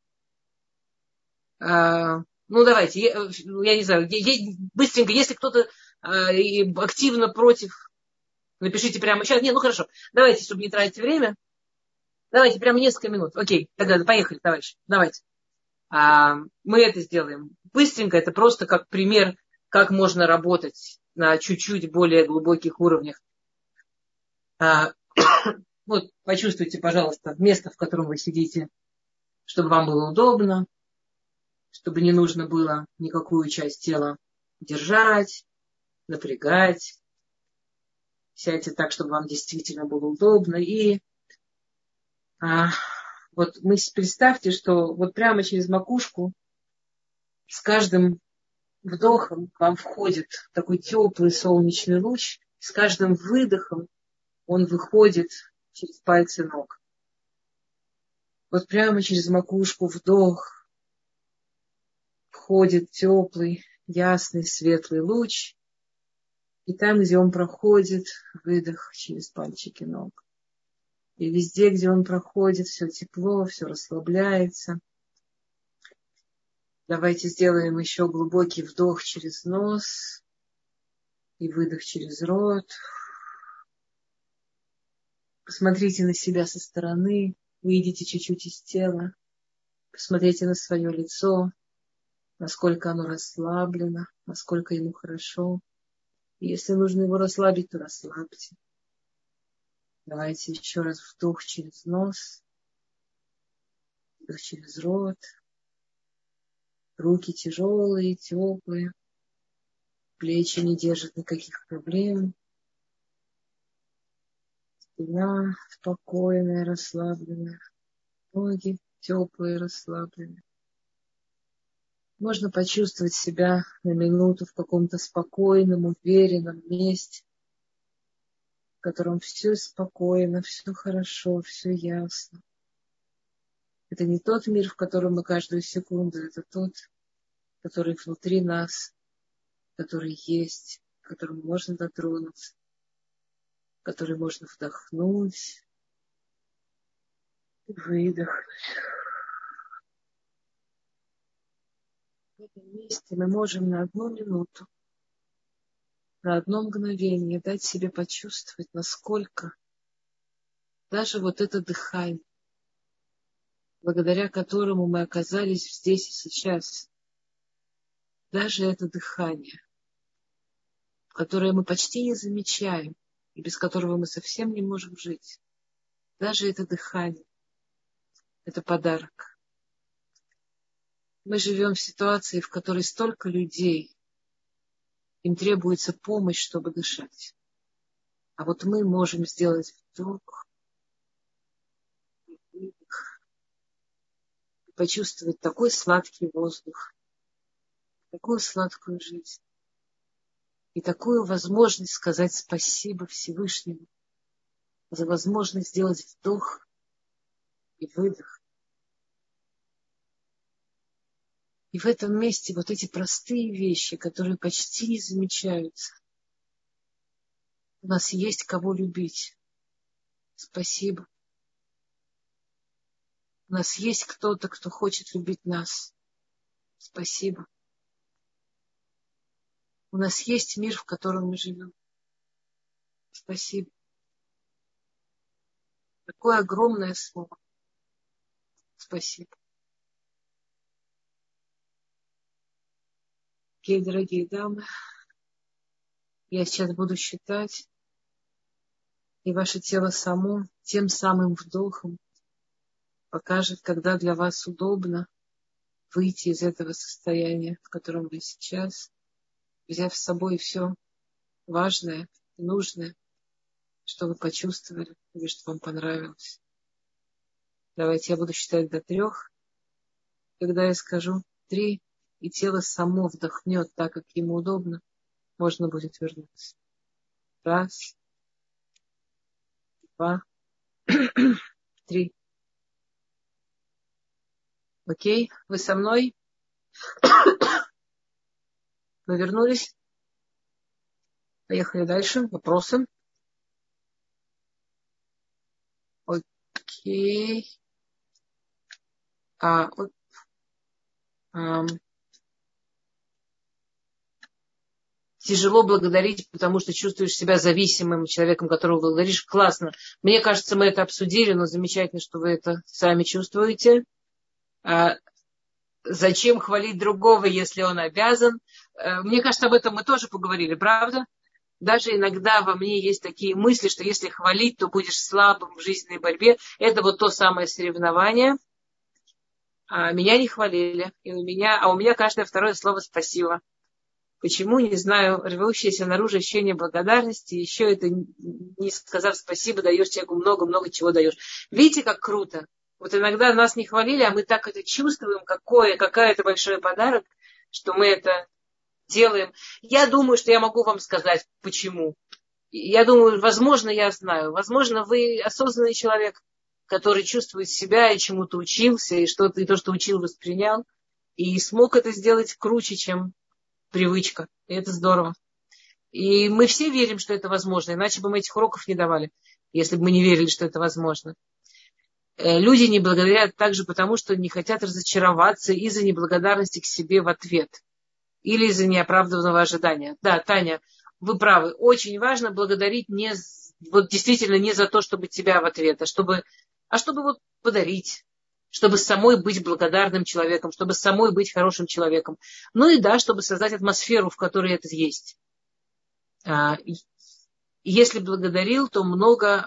Давайте, я не знаю, быстренько, если кто-то активно против, напишите прямо сейчас. Хорошо, давайте, чтобы не тратить время. Давайте, прямо несколько минут. Окей, тогда поехали, товарищи, давайте. Мы это сделаем быстренько, это просто как пример, как можно работать на чуть-чуть более глубоких уровнях. Почувствуйте, пожалуйста, место, в котором вы сидите, чтобы вам было удобно, чтобы не нужно было никакую часть тела держать, напрягать. Сядьте так, чтобы вам действительно было удобно. И представьте, что прямо через макушку с каждым вдохом к вам входит такой теплый солнечный луч. С каждым выдохом он выходит через пальцы ног. Прямо через макушку вдох входит теплый, ясный, светлый луч. И там, где он проходит, выдох через пальчики ног. И везде, где он проходит, все тепло, все расслабляется. Давайте сделаем еще глубокий вдох через нос и выдох через рот. Посмотрите на себя со стороны, выйдите чуть-чуть из тела, посмотрите на свое лицо, насколько оно расслаблено, насколько ему хорошо. И если нужно его расслабить, то расслабьте. Давайте еще раз вдох через нос, выдох через рот. Руки тяжелые, теплые, плечи не держат никаких проблем. Спина спокойная, расслабленная. Ноги теплые, расслабленные. Можно почувствовать себя на минуту в каком-то спокойном, уверенном месте, в котором все спокойно, все хорошо, все ясно. Это не тот мир, в котором мы каждую секунду, это тот, который внутри нас, который есть, к которому можно дотронуться, в который можно вдохнуть и выдохнуть. В этом месте мы можем на одну минуту, на одно мгновение дать себе почувствовать, насколько даже вот это дыхание, благодаря которому мы оказались здесь и сейчас, даже это дыхание, которое мы почти не замечаем и без которого мы совсем не можем жить, даже это дыхание, это подарок. Мы живем в ситуации, в которой столько людей, им требуется помощь, чтобы дышать. А вот мы можем сделать вдох и выдох, и почувствовать такой сладкий воздух, такую сладкую жизнь и такую возможность сказать спасибо Всевышнему за возможность сделать вдох и выдох. И в этом месте вот эти простые вещи, которые почти не замечаются. У нас есть кого любить. Спасибо. У нас есть кто-то, кто хочет любить нас. Спасибо. У нас есть мир, в котором мы живем. Спасибо. Такое огромное слово. Спасибо. Окей, дорогие дамы, я сейчас буду считать, и ваше тело само тем самым вдохом покажет, когда для вас удобно выйти из этого состояния, в котором вы сейчас, взяв с собой все важное и нужное, что вы почувствовали или что вам понравилось. Давайте я буду считать до 3. Когда я скажу 3, и тело само вдохнет так, как ему удобно, можно будет вернуться. 1, 2, 3. Окей? Вы со мной? Вы вернулись? Поехали дальше. Вопросы? Окей. Тяжело благодарить, потому что чувствуешь себя зависимым человеком, которого благодаришь. Классно. Мне кажется, мы это обсудили, но замечательно, что вы это сами чувствуете. Зачем хвалить другого, если он обязан? Мне кажется, об этом мы тоже поговорили, правда? Даже иногда во мне есть такие мысли, что если хвалить, то будешь слабым в жизненной борьбе. Это вот то самое соревнование. Меня не хвалили. У меня каждое второе слово «спасибо». Почему, не знаю, рвущееся наружу ощущение благодарности, еще это, не сказав спасибо, даешь человеку много-много чего даешь. Видите, как круто? Вот иногда нас не хвалили, а мы так это чувствуем, какой это большой подарок, что мы это делаем. Я думаю, что я могу вам сказать, почему. Я думаю, возможно, я знаю. Возможно, вы осознанный человек, который чувствует себя и чему-то учился, и то, что учил, воспринял, и смог это сделать круче, чем привычка. И это здорово. И мы все верим, что это возможно, иначе бы мы этих уроков не давали. если бы мы не верили, что это возможно. Люди не благодарят также потому, что не хотят разочароваться из-за неблагодарности к себе в ответ или из-за неоправданного ожидания. Да, Таня, вы правы. Очень важно благодарить действительно не за то, чтобы тебя в ответ, а чтобы вот подарить, чтобы самой быть благодарным человеком, чтобы самой быть хорошим человеком. Ну и да, чтобы создать атмосферу, в которой это есть. Если благодарил много,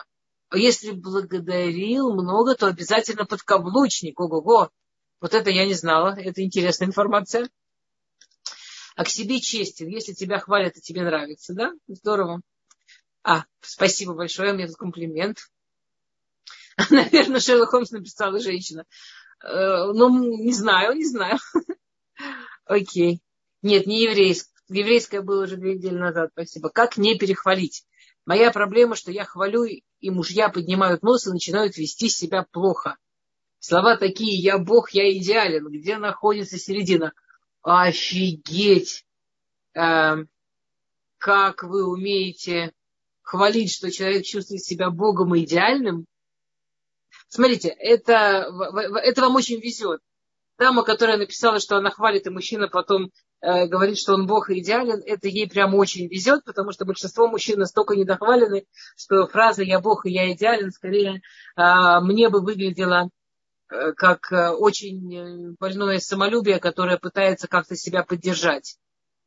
то обязательно подкаблучник. Ого-го. Вот это я не знала. Это интересная информация. А к себе честен. Если тебя хвалят, и тебе нравится, да? Здорово. Спасибо большое. Мне тут комплимент. Наверное, Шерлок Холмс написала женщина. Ну, не знаю. Окей. Нет, не еврейская. Еврейская была уже 2 недели назад. Спасибо. Как не перехвалить? Моя проблема, что я хвалю, и мужья поднимают нос и начинают вести себя плохо. Слова такие: я Бог, я идеален. Где находится середина? Офигеть! Как вы умеете хвалить, что человек чувствует себя Богом и идеальным? Смотрите, это вам очень везет. Дама, которая написала, что она хвалит, и мужчина потом говорит, что он Бог и идеален, это ей прям очень везет, потому что большинство мужчин настолько недохвалены, что фраза «я Бог и я идеален» скорее мне бы выглядела как очень больное самолюбие, которое пытается как-то себя поддержать.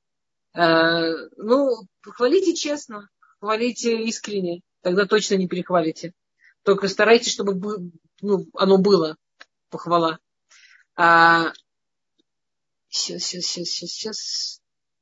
Хвалите честно, хвалите искренне, тогда точно не перехвалите. Только старайтесь, чтобы оно было, похвала. Сейчас.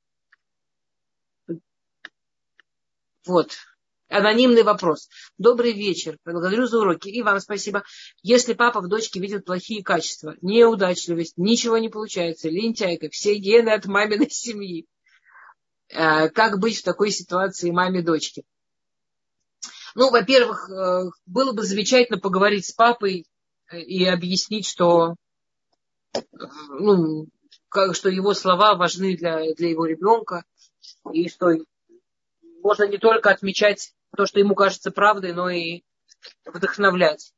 Вот. Анонимный вопрос. Добрый вечер. Благодарю за уроки. И вам спасибо. Если папа в дочке видит плохие качества, неудачливость, ничего не получается, лентяйка, все гены от маминой семьи, как быть в такой ситуации маме дочки? Ну, во-первых, было бы замечательно поговорить с папой и объяснить, что его слова важны для его ребенка, и что можно не только отмечать то, что ему кажется правдой, но и вдохновлять.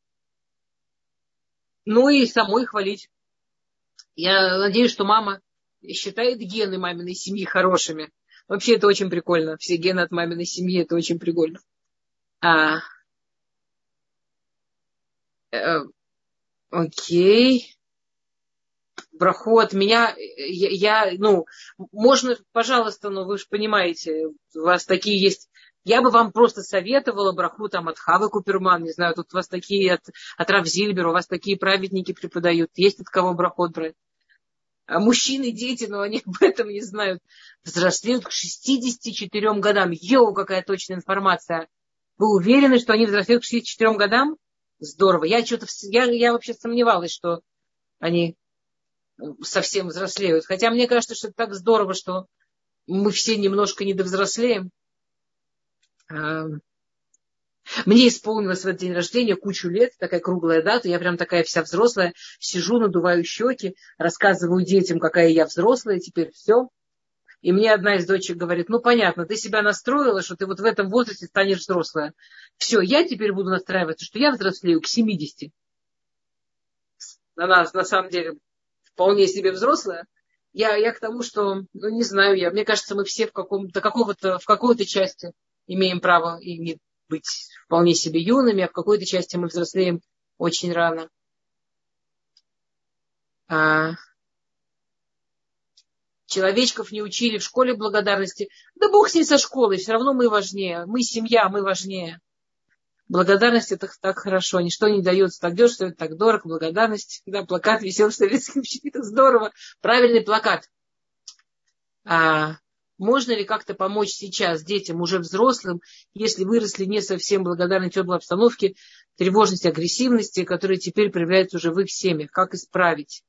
Ну и самой хвалить. Я надеюсь, что мама считает гены маминой семьи хорошими. Вообще это очень прикольно. Все гены от маминой семьи, это очень прикольно. Окей. Браху от меня. Можно, пожалуйста, но вы же понимаете, у вас такие есть. Я бы вам просто советовала браху там от Хавы Куперман, не знаю, тут у вас такие от Рав Зильбер, у вас такие праведники преподают, есть от кого брахот брать. А мужчины, дети, но они об этом не знают. Взрослеют к 64 годам. Какая точная информация. Вы уверены, что они взрослеют к 64 годам? Здорово. Я вообще сомневалась, что они совсем взрослеют. Хотя мне кажется, что это так здорово, что мы все немножко недовзрослеем. Мне исполнилось в этот день рождения кучу лет, такая круглая дата, я прям такая вся взрослая, сижу, надуваю щеки, рассказываю детям, какая я взрослая, теперь все. И мне одна из дочек говорит: понятно, ты себя настроила, что ты вот в этом возрасте станешь взрослая. Все, я теперь буду настраиваться, что я взрослею к 70. Она на самом деле вполне себе взрослая. Я к тому, что, не знаю, мне кажется, мы все в какой-то части имеем право и быть вполне себе юными, а в какой-то части мы взрослеем очень рано. Человечков не учили в школе благодарности. Да Бог с ней со школой, все равно мы важнее. Мы семья, мы важнее. Благодарность — это так хорошо. Ничто не дается так дешево, так дорого. Благодарность. Да, плакат висел в советском обществе. Это здорово. Правильный плакат. Можно ли как-то помочь сейчас детям, уже взрослым, если выросли не совсем благодарны теплой обстановке, тревожности, агрессивности, которые теперь проявляются уже в их семьях? Как исправить?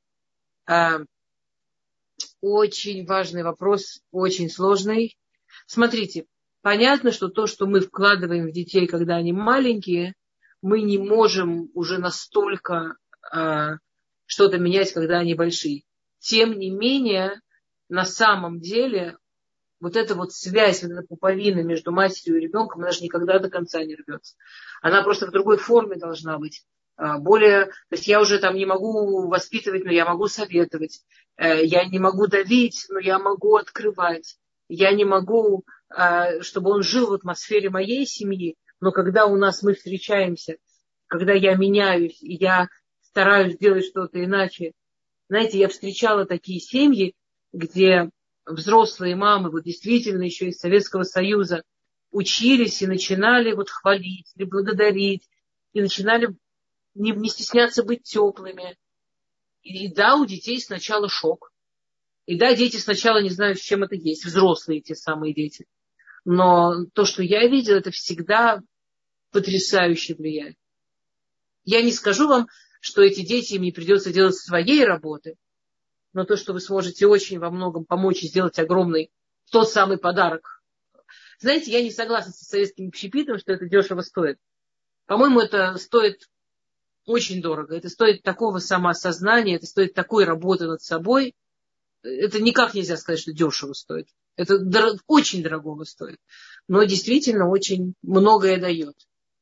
Очень важный вопрос, очень сложный. Смотрите, понятно, что то, что мы вкладываем в детей, когда они маленькие, мы не можем уже настолько что-то менять, когда они большие. Тем не менее, на самом деле, вот эта вот связь, вот эта пуповина между матерью и ребенком, она же никогда до конца не рвется. Она просто в другой форме должна быть. Более, то есть я уже там не могу воспитывать, но я могу советовать. Я не могу давить, но я могу открывать. Я не могу, чтобы он жил в атмосфере моей семьи, но когда у нас мы встречаемся, когда я меняюсь, и я стараюсь делать что-то иначе. Знаете, я встречала такие семьи, где взрослые мамы, вот действительно еще из Советского Союза, учились и начинали вот хвалить или благодарить, и начинали не стесняться быть теплыми. И да, у детей сначала шок. И да, дети сначала не знают, с чем это есть, взрослые те самые дети. Но то, что я видела, это всегда потрясающе влияет. Я не скажу вам, что эти дети, им не придется делать своей работы, но то, что вы сможете очень во многом помочь и сделать огромный тот самый подарок. Знаете, я не согласна со советским общепитом, что это дешево стоит. По-моему, это стоит очень дорого. Это стоит такого самоосознания, это стоит такой работы над собой. Это никак нельзя сказать, что дешево стоит. Это очень дорогого стоит. Но действительно очень многое дает.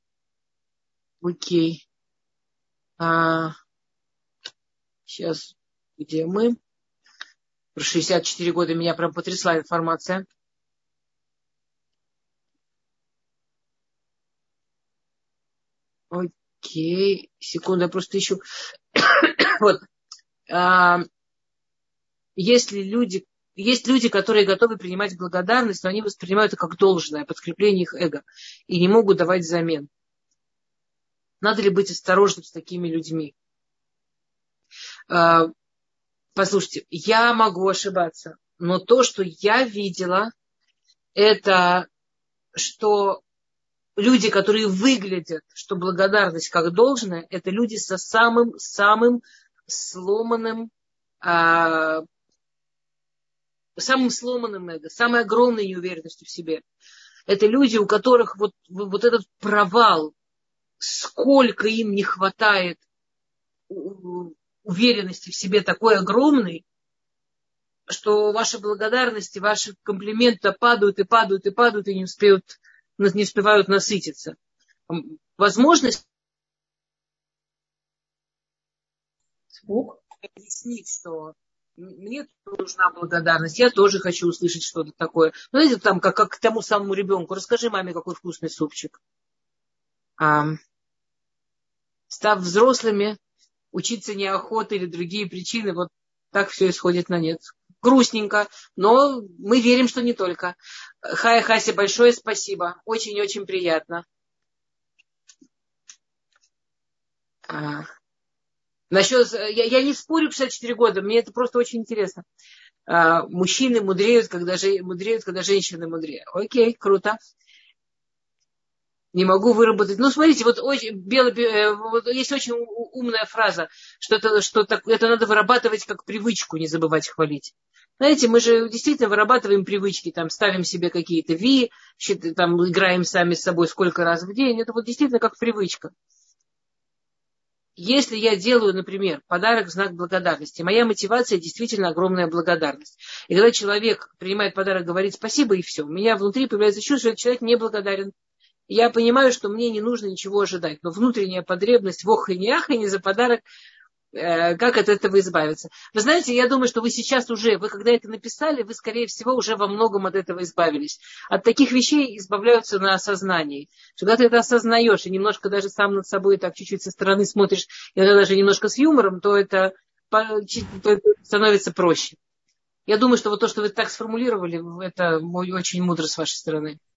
Окей. Сейчас, где мы? Про 64 года меня прям потрясла информация. Окей. Секунду, я просто ищу. Вот. Есть люди, которые готовы принимать благодарность, но они воспринимают это как должное, подкрепление их эго. И не могут давать взамен. Надо ли быть осторожным с такими людьми? Послушайте, я могу ошибаться, но то, что я видела, это что люди, которые выглядят, что благодарность как должное, это люди со самым сломанным эго, самой огромной неуверенностью в себе. Это люди, у которых вот этот провал, сколько им не хватает уверенности в себе такой огромный, что ваши благодарности, ваши комплименты падают и падают и падают и не успевают насытиться. Возможность объяснить, что мне нужна благодарность, я тоже хочу услышать что-то такое. Ну, знаете, там, как к тому самому ребенку, расскажи маме, какой вкусный супчик. Став взрослыми, учиться неохота или другие причины, вот так все исходит на нет. Грустненько, но мы верим, что не только. Хая, Хася, большое спасибо. Очень-очень приятно. Я не спорю 54 года, мне это просто очень интересно. Мужчины мудреют, когда женщины мудрее. Окей, круто. Не могу выработать. Ну, смотрите, вот есть очень умная фраза, что это надо вырабатывать как привычку, не забывать хвалить. Знаете, мы же действительно вырабатываем привычки, там, ставим себе какие-то там, играем сами с собой сколько раз в день. Это вот действительно как привычка. Если я делаю, например, подарок в знак благодарности, моя мотивация действительно огромная благодарность. И когда человек принимает подарок, говорит спасибо, и все. У меня внутри появляется чувство, что этот человек не благодарен. Я понимаю, что мне не нужно ничего ожидать. Но внутренняя потребность в оханье за подарок, как от этого избавиться? Вы знаете, я думаю, что вы когда это написали, вы, скорее всего, уже во многом от этого избавились. От таких вещей избавляются на осознании. Когда ты это осознаешь и немножко даже сам над собой так чуть-чуть со стороны смотришь, иногда даже немножко с юмором, то это становится проще. Я думаю, что вот то, что вы так сформулировали, это очень мудро с вашей стороны.